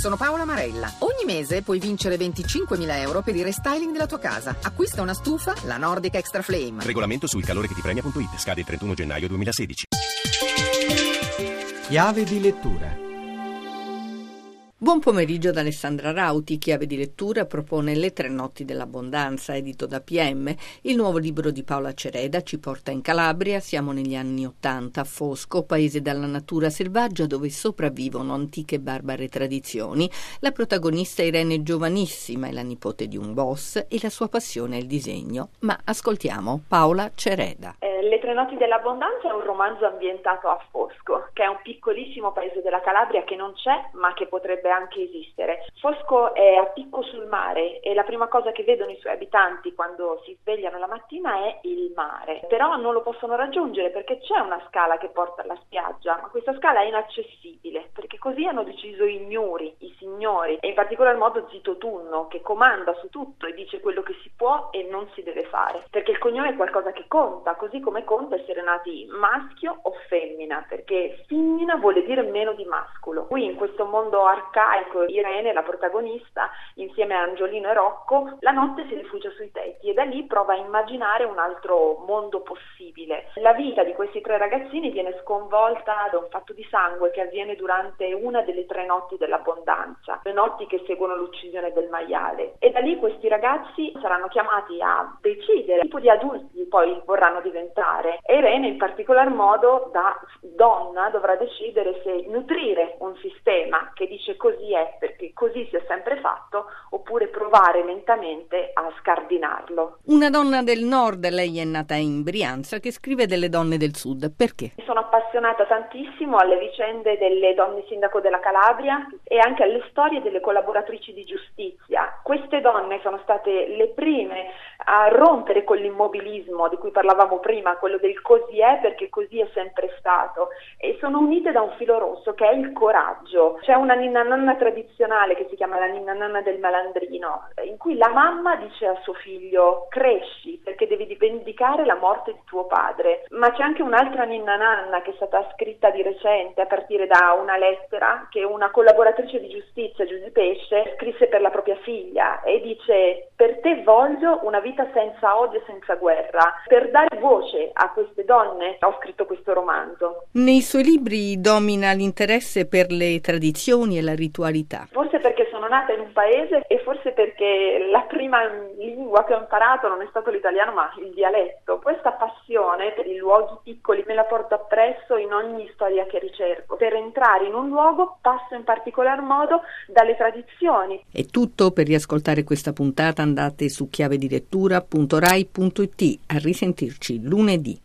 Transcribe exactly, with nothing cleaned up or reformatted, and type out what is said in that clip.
sono Paola Marella. Ogni mese puoi vincere venticinquemila euro per il restyling della tua casa. Acquista una stufa, la Nordic Extra Flame. Regolamento sul calore che ti premia punto it. Scade il trentuno gennaio duemilasedici. Chiave di lettura. Buon pomeriggio da Alessandra Rauti. Chiave di lettura propone Le tre notti dell'abbondanza, edito da P M. Il nuovo libro di Paola Cereda ci porta in Calabria. Siamo negli anni Ottanta, a Fosco, paese dalla natura selvaggia dove sopravvivono antiche e barbare tradizioni. La protagonista Irene è giovanissima, è la nipote di un boss e la sua passione è il disegno. Ma ascoltiamo Paola Cereda. Eh, Le tre notti dell'abbondanza è un romanzo ambientato a Fosco, che è un piccolissimo paese della Calabria che non c'è ma che potrebbe anche esistere. Fosco è a picco sul mare e la prima cosa che vedono i suoi abitanti quando si svegliano la mattina è il mare, però non lo possono raggiungere perché c'è una scala che porta alla spiaggia, ma questa scala è inaccessibile perché così hanno deciso i gnuri, i signori, e in particolar modo Zito Tunno, che comanda su tutto e dice quello che si può e non si deve fare, perché il cognome è qualcosa che conta, così come conta essere nati maschio o femmina, perché femmina vuole dire meno di mascolo. Qui in questo mondo arcaico Irene, la protagonista, insieme a Angiolino e Rocco, la notte si rifugia sui tetti e da lì prova a immaginare un altro mondo possibile. La vita di questi tre ragazzini viene sconvolta da un fatto di sangue che avviene durante una delle tre notti dell'abbondanza, le notti che seguono l'uccisione del maiale, e da lì questi ragazzi saranno chiamati a decidere che tipo di adulti poi vorranno diventare, e Irene in particolar modo da donna dovrà decidere se nutrire un sistema che dice così è perché così si è sempre fatto, oppure provare lentamente a scardinarlo. Una donna del nord, lei è nata in Brianza, che scrive delle donne del sud. Perché? Mi sono appassionata tantissimo alle vicende delle donne sindaco della Calabria e anche alle storie delle collaboratrici di giustizia. Queste donne sono state le prime a rompere con l'immobilismo di cui parlavamo prima, quello del così è perché così è sempre stato, e sono unite da un filo rosso che è il coraggio. C'è una ninna nanna tradizionale che si chiama la ninna nanna del malandrino, in cui la mamma dice a suo figlio: cresci perché devi vendicare la morte di tuo padre. Ma c'è anche un'altra ninna nanna che è stata scritta di recente a partire da una lettera che una collaboratrice di giustizia, Giusy Pesce, scrisse per la propria figlia e dice: per te voglio una vita senza odio e senza guerra. Per dare voce a queste donne ho scritto questo romanzo. Nei suoi libri domina l'interesse per le tradizioni e la ritualità. Forse perché sono nata in un paese e forse perché la prima lingua che ho imparato non è stato l'italiano ma il dialetto. Questa passione per i luoghi piccoli me la porto appresso in ogni storia che ricerco. Per entrare in un luogo passo in particolar modo dalle tradizioni. È tutto. Per riascoltare questa puntata andate su chiavedilettura punto rai punto it. A risentirci lunedì.